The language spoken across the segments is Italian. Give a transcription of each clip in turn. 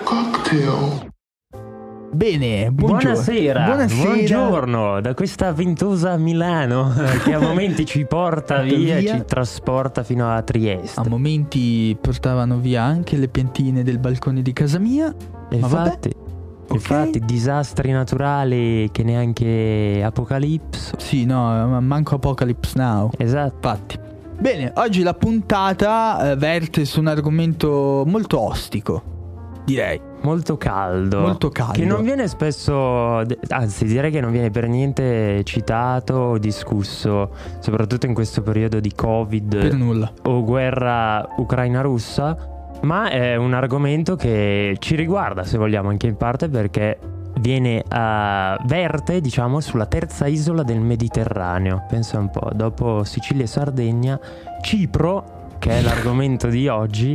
cocktail. Bene, buonasera, buongiorno da questa ventosa Milano che a momenti ci porta via, ci trasporta fino a Trieste. A momenti portavano via anche le piantine del balcone di casa mia. Infatti, disastri naturali che neanche Apocalypse. Sì, no, manco Apocalypse Now. Esatto. Infatti. Bene, oggi la puntata verte su un argomento molto ostico, direi. Molto caldo. Che non viene spesso, anzi direi che non viene per niente citato o discusso, soprattutto in questo periodo di Covid. Per nulla. O guerra ucraina-russa. Ma è un argomento che ci riguarda, se vogliamo, anche in parte perché verte, diciamo, sulla terza isola del Mediterraneo. Pensa un po', dopo Sicilia e Sardegna, Cipro, che è l'argomento di oggi,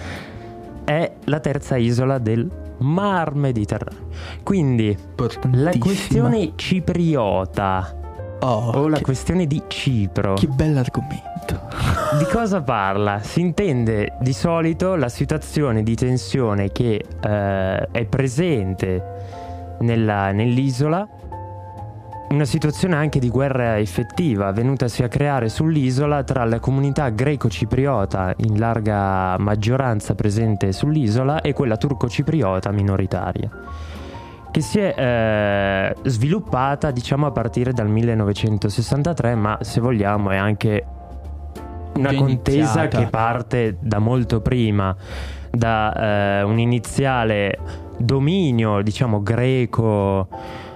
è la terza isola del Mar Mediterraneo. Quindi la questione cipriota o la questione di Cipro. Che bell'argomento. Di cosa parla? Si intende di solito la situazione di tensione che è presente nell'isola, una situazione anche di guerra effettiva venutasi a creare sull'isola tra la comunità greco-cipriota in larga maggioranza presente sull'isola e quella turco-cipriota minoritaria, che si è sviluppata, diciamo, a partire dal 1963, ma se vogliamo è anche una contesa che parte da molto prima, da un iniziale dominio, diciamo, greco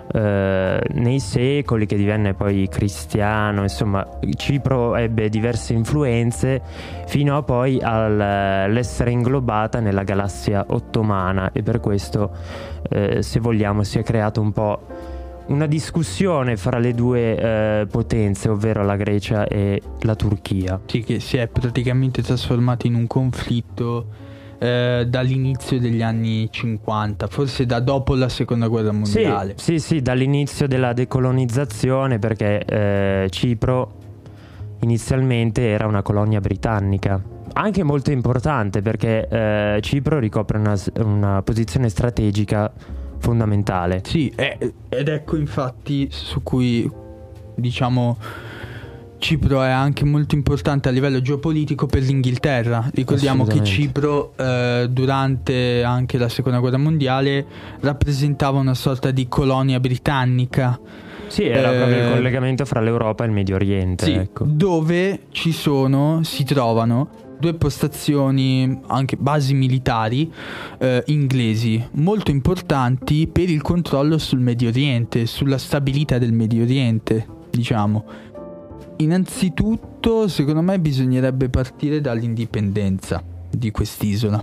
nei secoli, che divenne poi cristiano. Insomma, Cipro ebbe diverse influenze fino a poi all'essere inglobata nella galassia ottomana, e per questo se vogliamo si è creato un po' una discussione fra le due potenze, ovvero la Grecia e la Turchia. Sì, che si è praticamente trasformato in un conflitto dall'inizio degli anni 50, forse da dopo la seconda guerra mondiale. Sì, dall'inizio della decolonizzazione, perché Cipro inizialmente era una colonia britannica, anche molto importante perché Cipro ricopre una posizione strategica fondamentale. Sì, ed ecco infatti su cui, diciamo, Cipro è anche molto importante a livello geopolitico per l'Inghilterra. Ricordiamo che Cipro durante anche la seconda guerra mondiale rappresentava una sorta di colonia britannica. Sì, era proprio il collegamento fra l'Europa e il Medio Oriente. Sì, ecco. Dove si trovano due postazioni, anche basi militari inglesi, molto importanti per il controllo sul Medio Oriente, sulla stabilità del Medio Oriente, diciamo. Innanzitutto, secondo me, bisognerebbe partire dall'indipendenza di quest'isola,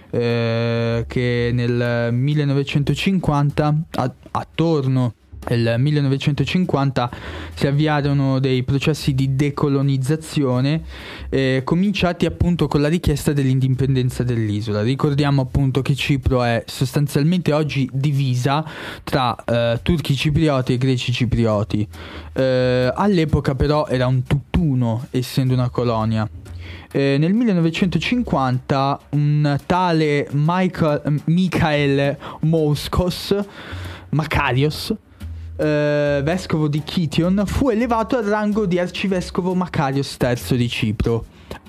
che nel 1950, attorno al 1950, si avviarono dei processi di decolonizzazione cominciati appunto con la richiesta dell'indipendenza dell'isola. Ricordiamo appunto che Cipro è sostanzialmente oggi divisa tra turchi ciprioti e greci ciprioti. All'epoca però era un tutt'uno, essendo una colonia. Nel 1950 un tale Mikhail Makarios, vescovo di Kition, fu elevato al rango di arcivescovo Makarios III di Cipro,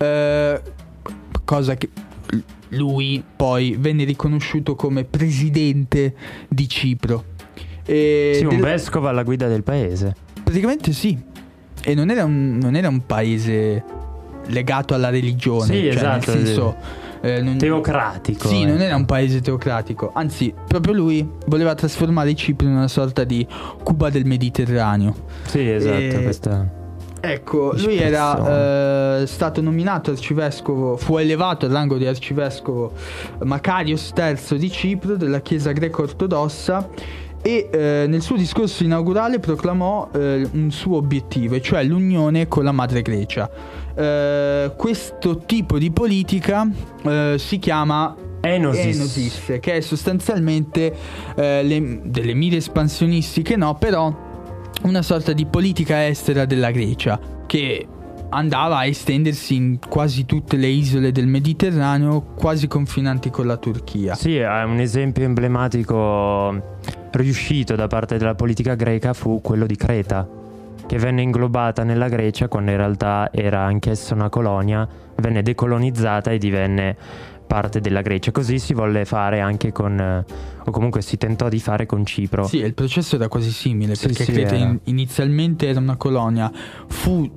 cosa che lui poi venne riconosciuto come presidente di Cipro. Un vescovo alla guida del paese. Praticamente sì. E non era un paese legato alla religione. Sì, cioè, esatto. Nel senso, teocratico. Sì, non era un paese teocratico. Anzi, proprio lui voleva trasformare Cipro in una sorta di Cuba del Mediterraneo. Sì, esatto. Questa Ecco, lui era stato nominato arcivescovo, fu elevato al rango di arcivescovo Makarios III di Cipro della Chiesa greco-ortodossa, e nel suo discorso inaugurale proclamò un suo obiettivo, e cioè l'unione con la madre Grecia. Questo tipo di politica si chiama Enosis, che è sostanzialmente delle mire espansionistiche, no, però una sorta di politica estera della Grecia, che andava a estendersi in quasi tutte le isole del Mediterraneo, quasi confinanti con la Turchia. Sì, un esempio emblematico riuscito da parte della politica greca fu quello di Creta, che venne inglobata nella Grecia quando in realtà era anch'essa una colonia, venne decolonizzata e divenne parte della Grecia. Così si volle fare anche con, o comunque si tentò di fare con Cipro. Sì, il processo era quasi simile, Sì, perché sì, Creta inizialmente era una colonia, fu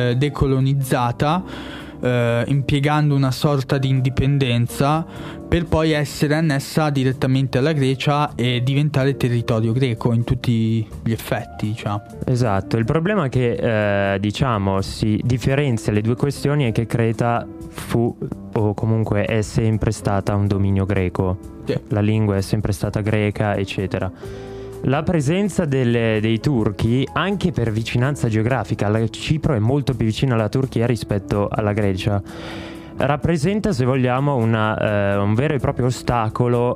decolonizzata, impiegando una sorta di indipendenza, per poi essere annessa direttamente alla Grecia e diventare territorio greco in tutti gli effetti, diciamo. Esatto, il problema che diciamo si differenzia le due questioni è che Creta fu, o comunque è sempre stata, un dominio greco. Sì. La lingua è sempre stata greca, eccetera. La presenza dei turchi, anche per vicinanza geografica, Cipro è molto più vicina alla Turchia rispetto alla Grecia, rappresenta, se vogliamo, un vero e proprio ostacolo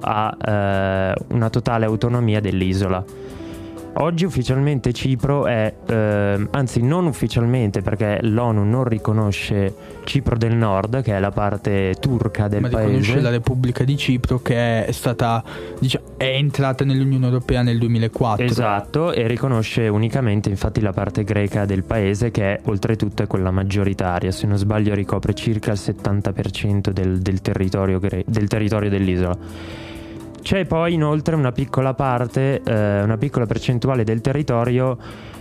a una totale autonomia dell'isola. Oggi ufficialmente Cipro è, anzi non ufficialmente, perché l'ONU non riconosce Cipro del Nord, che è la parte turca del paese. Ma riconosce la Repubblica di Cipro, che è stata, diciamo, è entrata nell'Unione Europea nel 2004. Esatto, e riconosce unicamente infatti la parte greca del paese, che oltretutto è quella maggioritaria. Se non sbaglio ricopre circa il 70% del territorio dell'isola. C'è poi inoltre una piccola parte, una piccola percentuale del territorio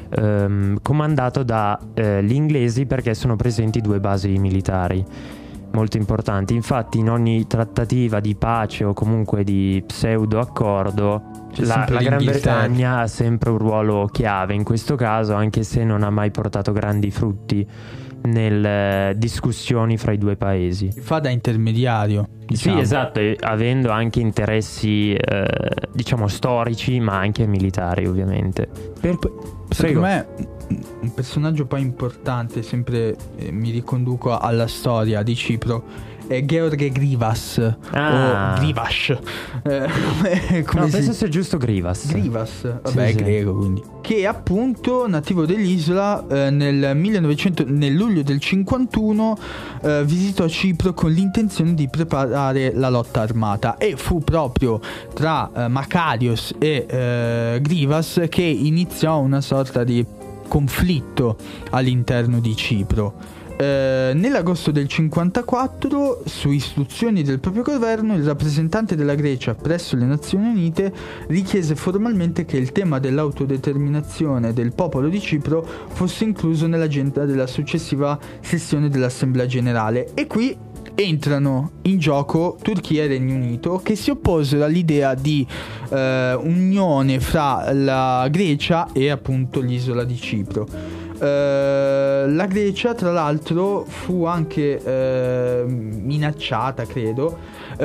comandato dagli inglesi, perché sono presenti 2 basi militari molto importanti. Infatti in ogni trattativa di pace o comunque di pseudo accordo la Gran Bretagna ha sempre un ruolo chiave in questo caso, anche se non ha mai portato grandi frutti nelle discussioni fra i due paesi. Fa da intermediario, diciamo. Sì, esatto, avendo anche interessi diciamo storici, ma anche militari, ovviamente. Secondo me un personaggio poi importante, sempre mi riconduco alla storia di Cipro, è George Grivas o Grivas, no, penso sia giusto Grivas. Vabbè, sì, è greco, quindi. Che è appunto nativo dell'isola. Nel luglio del 51 visitò Cipro con l'intenzione di preparare la lotta armata, e fu proprio tra Makarios e Grivas che iniziò una sorta di conflitto all'interno di Cipro. Nell'agosto del 54, su istruzioni del proprio governo, il rappresentante della Grecia presso le Nazioni Unite richiese formalmente che il tema dell'autodeterminazione del popolo di Cipro fosse incluso nell'agenda della successiva sessione dell'Assemblea Generale. E qui entrano in gioco Turchia e Regno Unito, che si opposero all'idea di unione fra la Grecia e appunto l'isola di Cipro. La Grecia, tra l'altro, fu anche minacciata, credo.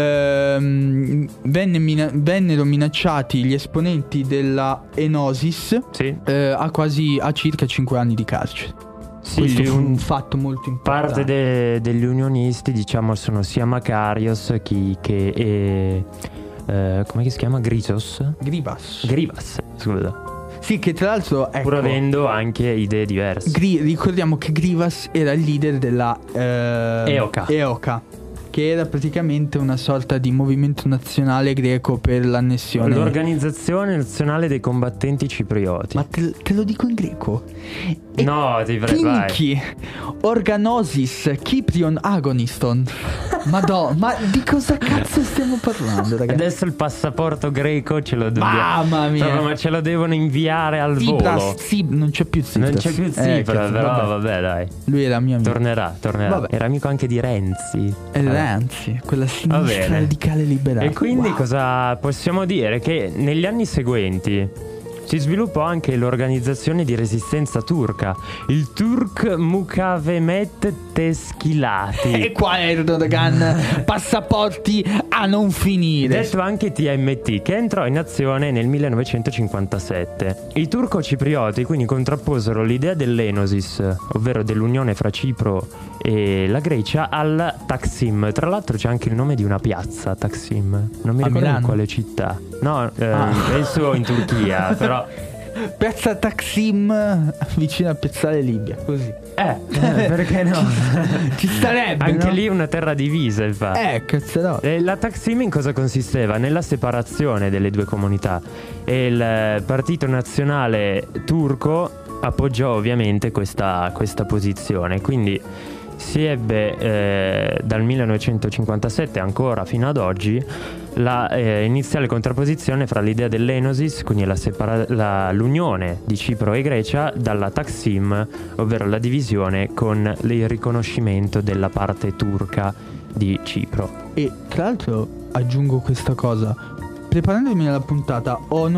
Vennero minacciati gli esponenti della Enosis, sì, a circa 5 anni di carcere. Sì, questo fu un fatto molto importante. Parte degli unionisti, diciamo, sono sia Makarios che come si chiama? Grivas, scusa. Sì, che tra l'altro, ecco, pur avendo anche idee diverse. Ricordiamo che Grivas era il leader della EOKA, che era praticamente una sorta di movimento nazionale greco per l'annessione. L'Organizzazione Nazionale dei Combattenti Ciprioti. Ma te lo dico in greco? No, ti prego, vai. Organosis Kyprion Agoniston. Madonna, ma di cosa cazzo stiamo parlando, ragazzi? Adesso il passaporto greco ce lo dobbiamo. Mamma mia. No, ma ce lo devono inviare al volo. Non c'è più Tsipras. Non c'è più Tsipras, però vabbè, dai. Lui era mio amico. Tornerà. Vabbè. Era amico anche di Renzi. Renzi, quella sinistra radicale liberale. E quindi cosa possiamo dire? Che negli anni seguenti si sviluppò anche l'organizzazione di resistenza turca, il Turk Mukavemet Teşkilatı. E qua Erdogan, passaporti a non finire. Detto anche TMT, che entrò in azione nel 1957. I turco-ciprioti quindi contrapposero l'idea dell'Enosis, ovvero dell'unione fra Cipro e la Grecia, al Taksim. Tra l'altro c'è anche il nome di una piazza, Taksim. Non mi ricordo in quale città. No, penso in Turchia, però Piazza Taksim vicino a Piazzale Libia, così. Perché no? Ci starebbe, anche no? lì una terra divisa, infatti. Cazzo. E la Taksim in cosa consisteva? Nella separazione delle due comunità. E il Partito Nazionale Turco appoggiò ovviamente questa posizione. Quindi si ebbe dal 1957 ancora fino ad oggi la iniziale contrapposizione fra l'idea dell'Enosis, quindi l'unione di Cipro e Grecia, dalla Taksim, ovvero la divisione con il riconoscimento della parte turca di Cipro. E tra l'altro aggiungo questa cosa: preparandomi alla puntata ho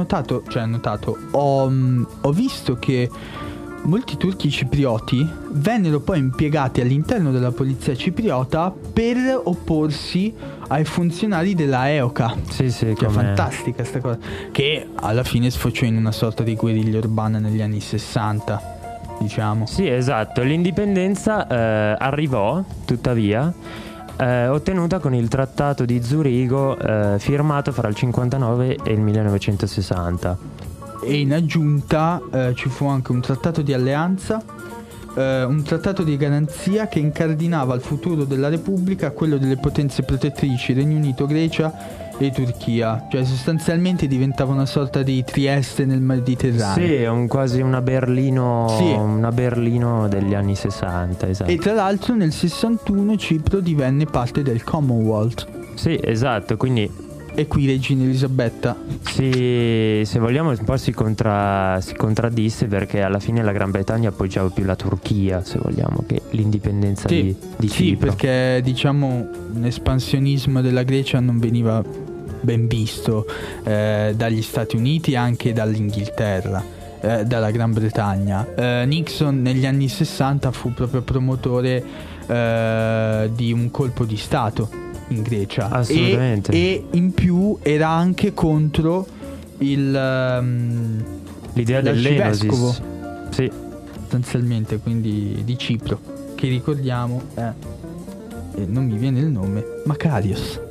visto che molti turchi ciprioti vennero poi impiegati all'interno della polizia cipriota per opporsi ai funzionari della EOKA. Sì, che è fantastica sta cosa, che alla fine sfociò in una sorta di guerriglia urbana negli anni 60, diciamo. Sì, esatto. L'indipendenza arrivò, tuttavia, ottenuta con il Trattato di Zurigo, firmato fra il 59 e il 1960. E in aggiunta ci fu anche un trattato di alleanza, un trattato di garanzia che incardinava il futuro della Repubblica a quello delle potenze protettrici Regno Unito, Grecia e Turchia. Cioè sostanzialmente diventava una sorta di Trieste nel Mediterraneo. Sì, quasi una Berlino, sì, una Berlino degli anni 60, esatto. E tra l'altro nel 61 Cipro divenne parte del Commonwealth. Sì, esatto, quindi... E qui Regina Elisabetta, sì, se vogliamo, un po' si contraddisse, perché alla fine la Gran Bretagna appoggiava più la Turchia, se vogliamo, che l'indipendenza di Cipro. Sì, perché diciamo un espansionismo della Grecia non veniva ben visto dagli Stati Uniti e anche dall'Inghilterra, dalla Gran Bretagna. Nixon negli anni 60 fu proprio promotore di un colpo di Stato in Grecia. Assolutamente. E in più era anche contro l'idea dell'Enosis. Sì, sostanzialmente, quindi di Cipro, che ricordiamo non mi viene il nome. Makarios.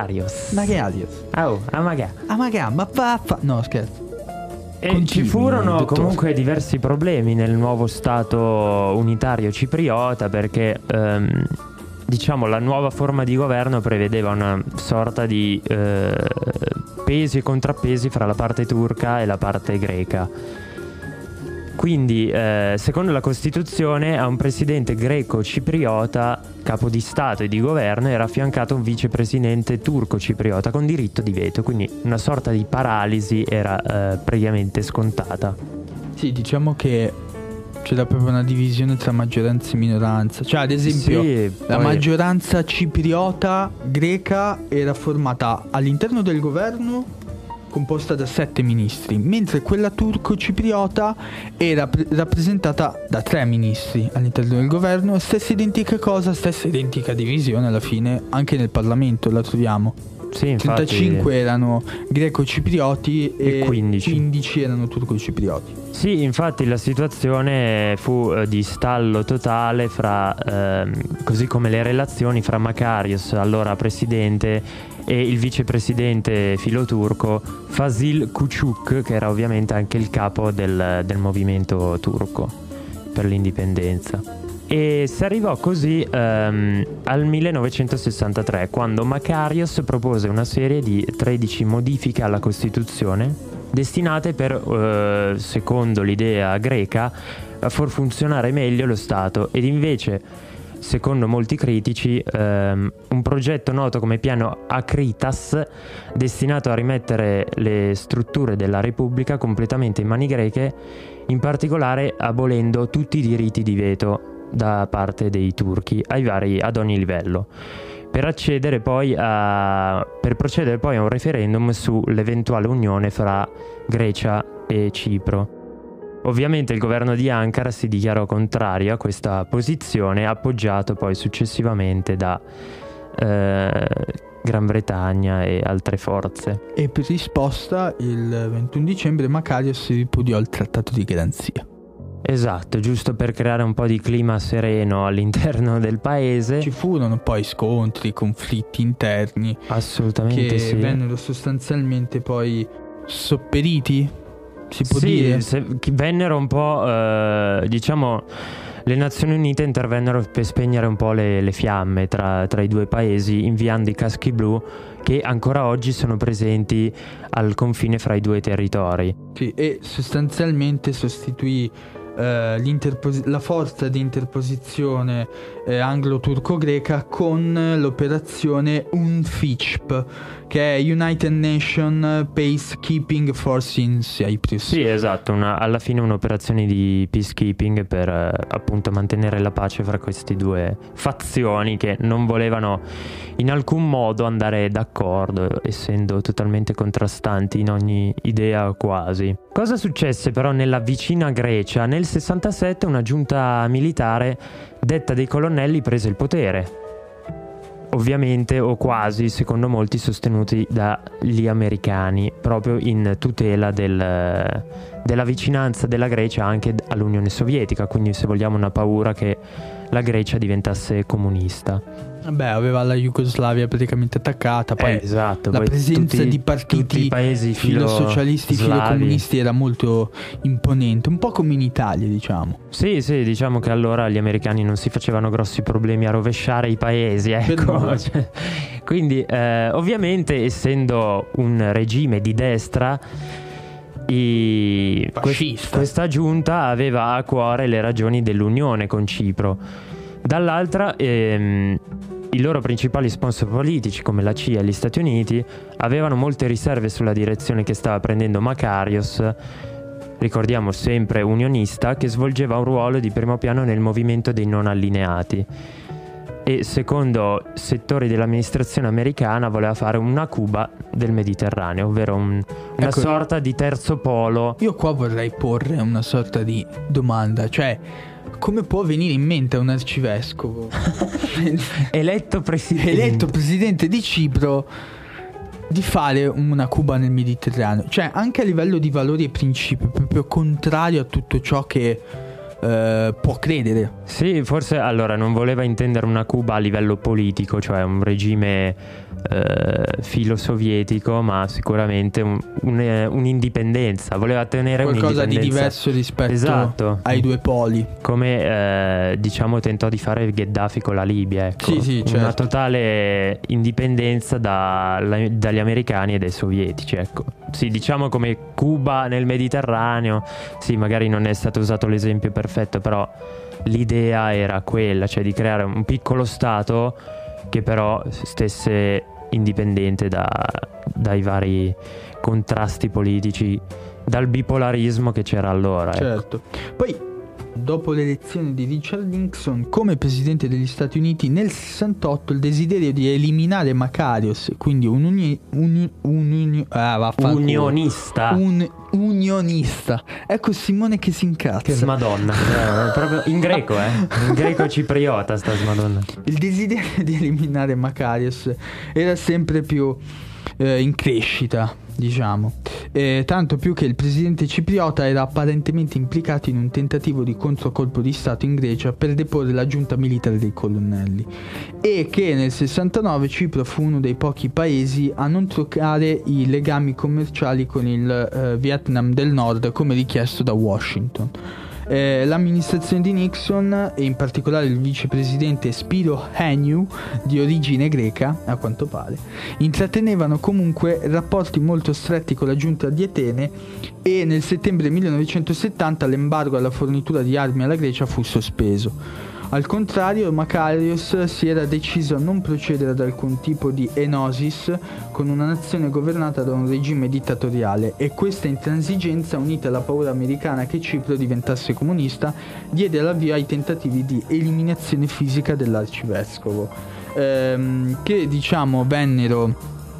No, scherzo. E ci furono comunque diversi problemi nel nuovo stato unitario cipriota, perché diciamo la nuova forma di governo prevedeva una sorta di pesi e contrappesi fra la parte turca e la parte greca. Quindi secondo la Costituzione a un presidente greco-cipriota, capo di Stato e di governo, era affiancato un vicepresidente turco-cipriota con diritto di veto, quindi una sorta di paralisi era previamente scontata. Sì, diciamo che c'era proprio una divisione tra maggioranza e minoranza. Cioè, ad esempio, la maggioranza cipriota greca era formata all'interno del governo, composta da 7 ministri, mentre quella turco-cipriota era rappresentata da 3 ministri all'interno del governo. Stessa identica cosa, stessa identica divisione alla fine, anche nel Parlamento la troviamo. Sì, infatti, 35 erano greco-ciprioti e 15 erano turco-ciprioti. Sì, infatti la situazione fu di stallo totale fra così come le relazioni fra Makarios, allora presidente, e il vicepresidente filoturco Fasil Küçük, che era ovviamente anche il capo del movimento turco per l'indipendenza. E si arrivò così al 1963, quando Makarios propose una serie di 13 modifiche alla Costituzione destinate per, secondo l'idea greca, a far funzionare meglio lo Stato, ed invece, secondo molti critici, un progetto noto come piano Akritas, destinato a rimettere le strutture della Repubblica completamente in mani greche, in particolare abolendo tutti i diritti di veto da parte dei turchi ad ogni livello, per procedere poi a un referendum sull'eventuale unione fra Grecia e Cipro. Ovviamente il governo di Ankara si dichiarò contrario a questa posizione, appoggiato poi successivamente da Gran Bretagna e altre forze. E per risposta il 21 dicembre Makarios si ripudiò il trattato di garanzia. Esatto, giusto per creare un po' di clima sereno all'interno del paese. Ci furono poi scontri, conflitti interni. Assolutamente che sì. vennero sostanzialmente poi sopperiti si può dire? Vennero un po', diciamo, le Nazioni Unite intervennero per spegnere un po' le fiamme tra i due paesi, inviando i caschi blu che ancora oggi sono presenti al confine fra i due territori. Sì, e sostanzialmente sostituì la forza di interposizione anglo-turco-greca con l'operazione UNFICP, che è United Nations Peacekeeping Force in Cyprus. Sì, esatto, alla fine un'operazione di peacekeeping per appunto mantenere la pace fra queste due fazioni che non volevano in alcun modo andare d'accordo, essendo totalmente contrastanti in ogni idea quasi. Cosa successe però nella vicina Grecia? Nel 67 una giunta militare detta dei colonnelli prese il potere, ovviamente o quasi, secondo molti, sostenuti dagli americani, proprio in tutela della vicinanza della Grecia anche all'Unione Sovietica, quindi se vogliamo una paura che la Grecia diventasse comunista. Beh, aveva la Jugoslavia praticamente attaccata, poi esatto, la poi presenza di partiti tutti i paesi filosocialisti, filocomunisti era molto imponente, un po' come in Italia, diciamo. Sì, diciamo che allora gli americani non si facevano grossi problemi a rovesciare i paesi, ecco. Quindi ovviamente, essendo un regime di destra, questa giunta aveva a cuore le ragioni dell'unione con Cipro. Dall'altra i loro principali sponsor politici, come la CIA e gli Stati Uniti, avevano molte riserve sulla direzione che stava prendendo Makarios, ricordiamo sempre unionista, che svolgeva un ruolo di primo piano nel movimento dei non allineati e, secondo settori dell'amministrazione americana, voleva fare una Cuba del Mediterraneo, ovvero una sorta di terzo polo. Io qua vorrei porre una sorta di domanda, cioè come può venire in mente a un arcivescovo eletto presidente di Cipro di fare una Cuba nel Mediterraneo? Cioè, anche a livello di valori e principi, proprio contrario a tutto ciò che può credere. Sì, forse allora non voleva intendere una Cuba a livello politico, cioè un regime filosovietico, ma sicuramente un'indipendenza. Voleva ottenere qualcosa un'indipendenza di diverso rispetto ai due poli, come diciamo tentò di fare Gheddafi con la Libia, ecco. Sì, certo. Una totale indipendenza dagli americani e dai sovietici, ecco. Sì, diciamo come Cuba nel Mediterraneo. Sì, magari non è stato usato l'esempio perfetto, però l'idea era quella, cioè di creare un piccolo stato che però stesse indipendente dai vari contrasti politici, dal bipolarismo che c'era allora. Certo. Poi, dopo l'elezione di Richard Nixon come presidente degli Stati Uniti nel 68, il desiderio di eliminare Makarios, quindi un unionista. Ecco Simone che si incazza. Che smadonna. Proprio in greco, in greco cipriota sta smadonna. Il desiderio di eliminare Makarios era sempre più in crescita, diciamo, tanto più che il presidente cipriota era apparentemente implicato in un tentativo di controcolpo di stato in Grecia per deporre la giunta militare dei colonnelli, e che nel 69 Cipro fu uno dei pochi paesi a non toccare i legami commerciali con il Vietnam del Nord come richiesto da Washington. L'amministrazione di Nixon, e in particolare il vicepresidente Spiro Agnew, di origine greca a quanto pare, intrattenevano comunque rapporti molto stretti con la giunta di Atene, e nel settembre 1970 l'embargo alla fornitura di armi alla Grecia fu sospeso. Al contrario, Makarios si era deciso a non procedere ad alcun tipo di enosis con una nazione governata da un regime dittatoriale, e questa intransigenza, unita alla paura americana che Cipro diventasse comunista, diede l'avvio ai tentativi di eliminazione fisica dell'arcivescovo, che diciamo vennero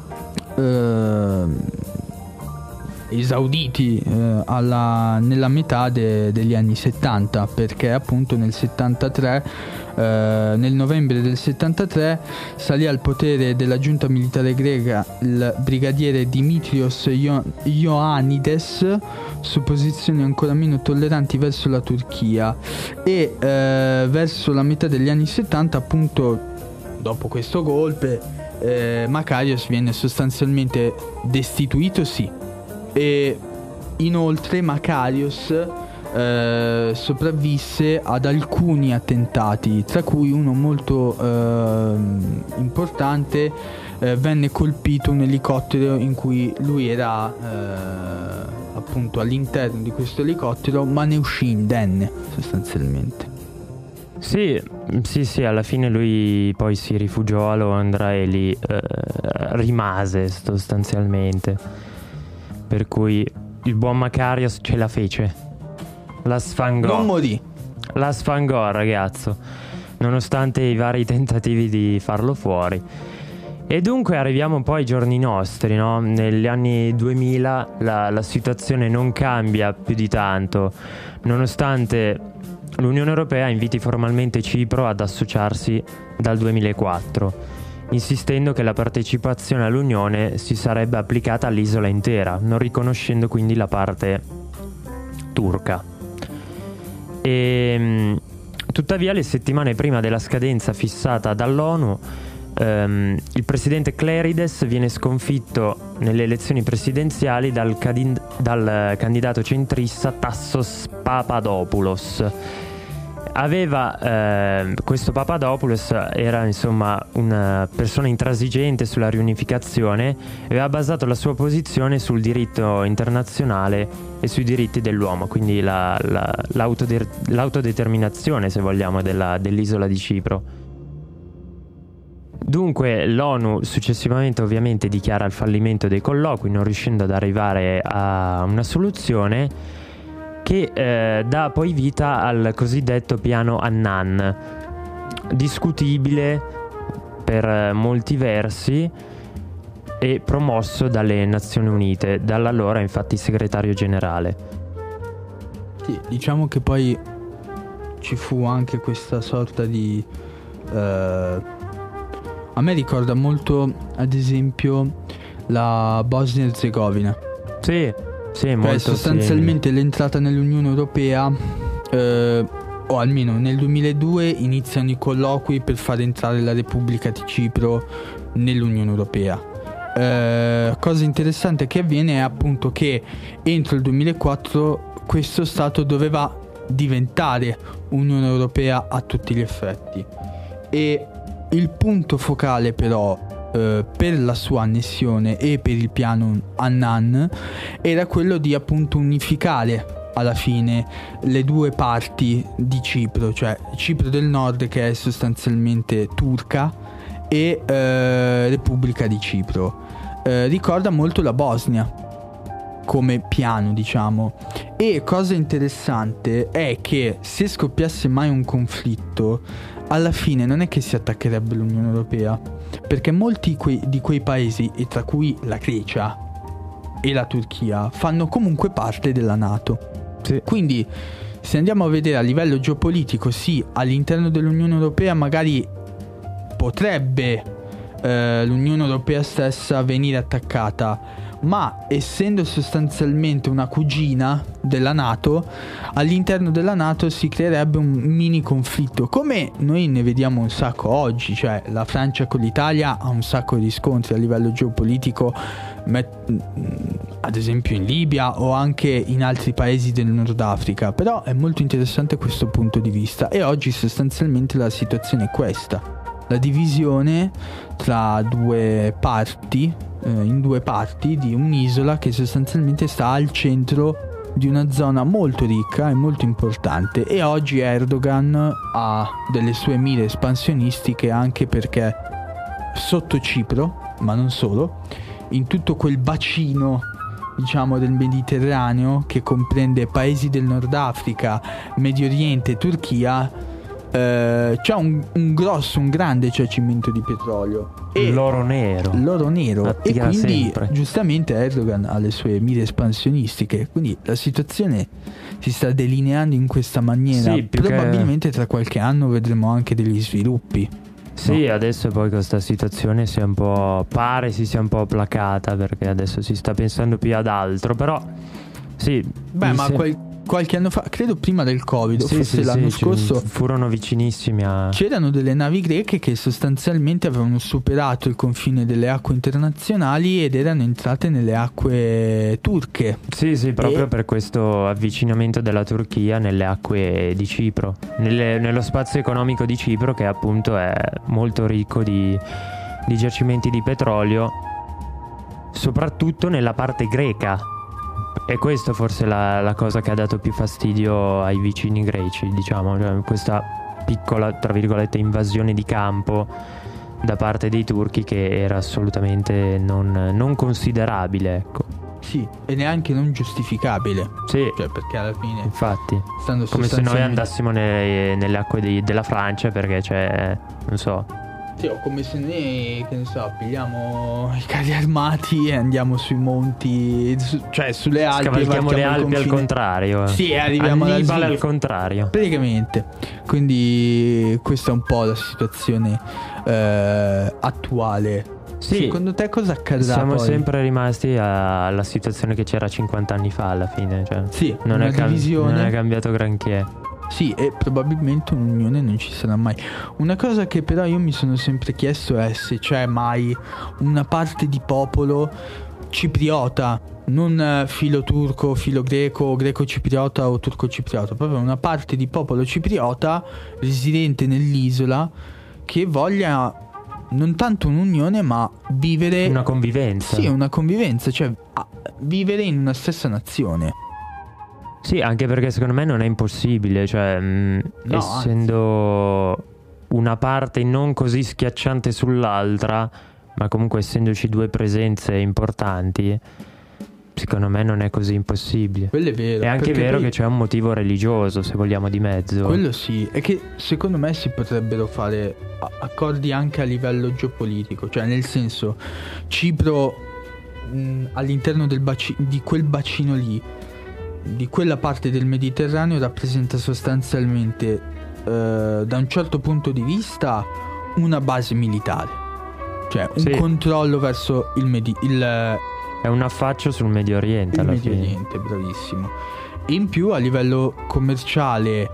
esauditi nella metà degli anni 70, perché appunto nel 73, nel novembre del 73, salì al potere della giunta militare greca il brigadiere Dimitrios Ioannides su posizioni ancora meno tolleranti verso la Turchia, e verso la metà degli anni 70, appunto dopo questo golpe, Makarios viene sostanzialmente destituito, sì, e inoltre Makarios sopravvisse ad alcuni attentati, tra cui uno molto importante. Venne colpito un elicottero in cui lui era appunto all'interno di questo elicottero, ma ne uscì indenne sostanzialmente. Sì, alla fine lui poi si rifugiò a Londra e lì rimase sostanzialmente. Per cui il buon Makarios ce la fece. La sfangò. Non morì. La sfangò, ragazzo, nonostante i vari tentativi di farlo fuori. E dunque arriviamo poi ai giorni nostri, no? Negli anni 2000 la situazione non cambia più di tanto, nonostante l'Unione Europea inviti formalmente Cipro ad associarsi dal 2004, insistendo che la partecipazione all'Unione si sarebbe applicata all'isola intera, non riconoscendo quindi la parte turca. Tuttavia, le settimane prima della scadenza fissata dall'ONU, il presidente Klerides viene sconfitto nelle elezioni presidenziali dal candidato centrista Tassos Papadopoulos. Questo Papadopoulos era insomma una persona intransigente sulla riunificazione e aveva basato la sua posizione sul diritto internazionale e sui diritti dell'uomo, quindi l'autodeterminazione, se vogliamo, dell'isola di Cipro. Dunque l'ONU successivamente ovviamente dichiara il fallimento dei colloqui, non riuscendo ad arrivare a una soluzione che dà poi vita al cosiddetto piano Annan, discutibile per molti versi e promosso dalle Nazioni Unite, dall'allora infatti segretario generale. Sì, diciamo che poi ci fu anche questa sorta di... a me ricorda molto, ad esempio, la Bosnia-Herzegovina. Sì, molto. Sostanzialmente l'entrata nell'Unione Europea, o almeno nel 2002 iniziano i colloqui per far entrare la Repubblica di Cipro nell'Unione Europea. Cosa interessante che avviene è appunto che entro il 2004 questo Stato doveva diventare Unione Europea a tutti gli effetti, e il punto focale però per la sua annessione e per il piano Annan era quello di appunto unificare alla fine le due parti di Cipro, cioè Cipro del Nord, che è sostanzialmente turca, e Repubblica di Cipro. Ricorda molto la Bosnia come piano, diciamo. E cosa interessante è che se scoppiasse mai un conflitto, alla fine non è che si attaccherebbe l'Unione Europea, perché molti di quei paesi, e tra cui la Grecia e la Turchia, fanno comunque parte della NATO. Sì. Quindi se andiamo a vedere a livello geopolitico, sì, all'interno dell'Unione Europea magari potrebbe l'Unione Europea stessa venire attaccata, ma essendo sostanzialmente una cugina della NATO, all'interno della NATO si creerebbe un mini conflitto, come noi ne vediamo un sacco oggi, cioè la Francia con l'Italia ha un sacco di scontri a livello geopolitico, ad esempio in Libia o anche in altri paesi del Nord Africa. Però è molto interessante questo punto di vista, e oggi sostanzialmente la situazione è questa: la divisione tra due parti, in due parti di un'isola che sostanzialmente sta al centro di una zona molto ricca e molto importante. E oggi Erdogan ha delle sue mire espansionistiche, anche perché sotto Cipro, ma non solo, in tutto quel bacino, diciamo, del Mediterraneo, che comprende paesi del Nord Africa, Medio Oriente e Turchia, c'è un grande giacimento di petrolio e l'oro nero, e quindi sempre. Giustamente Erdogan ha le sue mire espansionistiche, quindi la situazione si sta delineando in questa maniera. Sì, probabilmente tra qualche anno vedremo anche degli sviluppi. Sì, no? Adesso poi questa situazione si sia un po' placata, perché adesso si sta pensando più ad altro, però sì. qualche anno fa, credo prima del Covid, forse l'anno scorso, furono vicinissimi c'erano delle navi greche che sostanzialmente avevano superato il confine delle acque internazionali ed erano entrate nelle acque turche. Sì, proprio per questo avvicinamento della Turchia nelle acque di Cipro, nello spazio economico di Cipro, che appunto è molto ricco di giacimenti di petrolio, soprattutto nella parte greca. E questo forse è la cosa che ha dato più fastidio ai vicini greci, diciamo, cioè questa piccola, tra virgolette, invasione di campo da parte dei turchi, che era assolutamente non considerabile, ecco. Sì, e neanche non giustificabile. Sì, cioè, perché alla fine, infatti, come se noi andassimo nelle acque della Francia, perché c'è, non so. Sì, o come se noi, che ne so, pigliamo i carri armati e andiamo sui monti, cioè sulle Alpi, scavalchiamo le Alpi al contrario. Sì, arriviamo Annibale al contrario. Praticamente. Quindi questa è un po' la situazione attuale. Sì. Secondo te cosa accadrà? Siamo poi? sempre rimasti alla situazione che c'era 50 anni fa alla fine, cioè, sì, non è cambiato granché. Sì, e probabilmente un'unione non ci sarà mai. Una cosa che però io mi sono sempre chiesto è se c'è mai una parte di popolo cipriota, non filo turco, filo greco, greco cipriota o turco cipriota, proprio una parte di popolo cipriota residente nell'isola che voglia non tanto un'unione ma vivere una convivenza. Sì, una convivenza, cioè vivere in una stessa nazione. Sì, anche perché secondo me non è impossibile, cioè essendo una parte non così schiacciante sull'altra, ma comunque essendoci due presenze importanti, secondo me non è così impossibile. Quello è vero. È anche vero che c'è un motivo religioso, se vogliamo, di mezzo. Quello sì, è che secondo me si potrebbero fare accordi anche a livello geopolitico, cioè nel senso, Cipro all'interno di quel bacino lì, di quella parte del Mediterraneo, rappresenta sostanzialmente da un certo punto di vista una base militare, cioè un controllo verso è un affaccio sul Medio Oriente. Il Medio Oriente, bravissimo. E in più a livello commerciale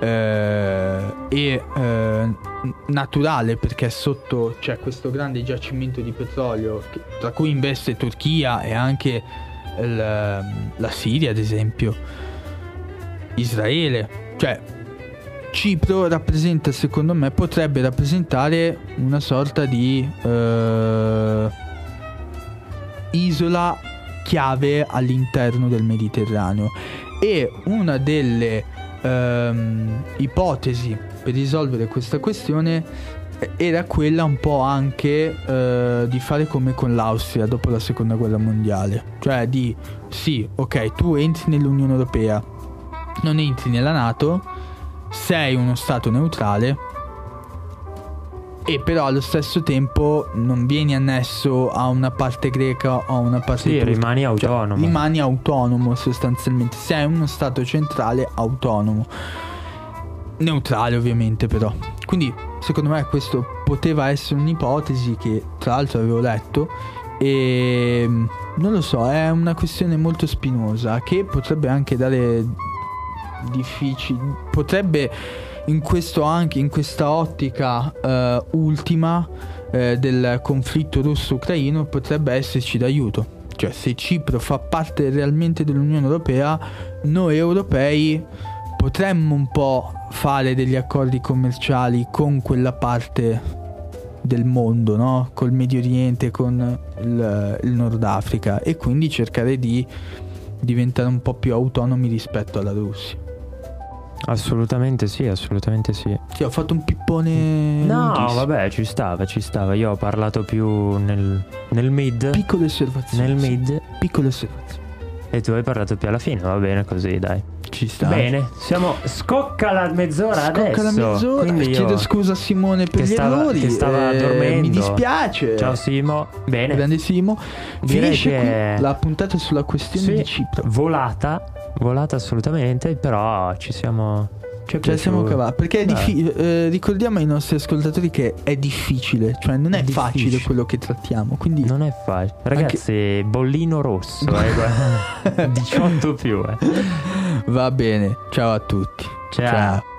e naturale, perché sotto c'è questo grande giacimento di petrolio tra cui investe Turchia e anche la Siria, ad esempio, Israele. Cioè Cipro rappresenta, secondo me, potrebbe rappresentare una sorta di isola chiave all'interno del Mediterraneo. E una delle ipotesi per risolvere questa questione era quella un po' anche di fare come con l'Austria dopo la seconda guerra mondiale, cioè di sì, ok, tu entri nell'Unione Europea, non entri nella NATO, sei uno stato neutrale e però allo stesso tempo non vieni annesso a una parte greca o a una parte turca. Rimani autonomo. Cioè, rimani autonomo sostanzialmente, sei uno stato centrale autonomo, neutrale ovviamente, però. Quindi secondo me questo poteva essere un'ipotesi che tra l'altro avevo letto, e non lo so, è una questione molto spinosa che potrebbe anche dare difficili, potrebbe in questo, anche in questa ottica ultima del conflitto russo-ucraino, potrebbe esserci d'aiuto. Cioè, se Cipro fa parte realmente dell'Unione Europea, noi europei potremmo un po' fare degli accordi commerciali con quella parte del mondo, no? Col Medio Oriente, con il Nord Africa, e quindi cercare di diventare un po' più autonomi rispetto alla Russia. Assolutamente sì, assolutamente sì. Sì, ho fatto un pippone. No, vabbè, ci stava. Io ho parlato più nel mid. Piccole osservazioni. Nel mid. Piccole osservazioni. E tu hai parlato più alla fine, va bene così, dai. Ci sta. Bene, scocca la mezz'ora adesso. Scocca la mezz'ora. Chiedo scusa a Simone per gli errori. Che stava dormendo. Mi dispiace. Ciao Simo. Bene. Grande Simo. Direi Finisce che qui la puntata sulla questione di Cipro. Volata assolutamente, però ci siamo cavati, perché è ricordiamo ai nostri ascoltatori che è difficile, cioè non è facile quello che trattiamo, quindi non è facile, ragazzi. Bollino rosso 18 più Va bene, ciao a tutti. Ciao.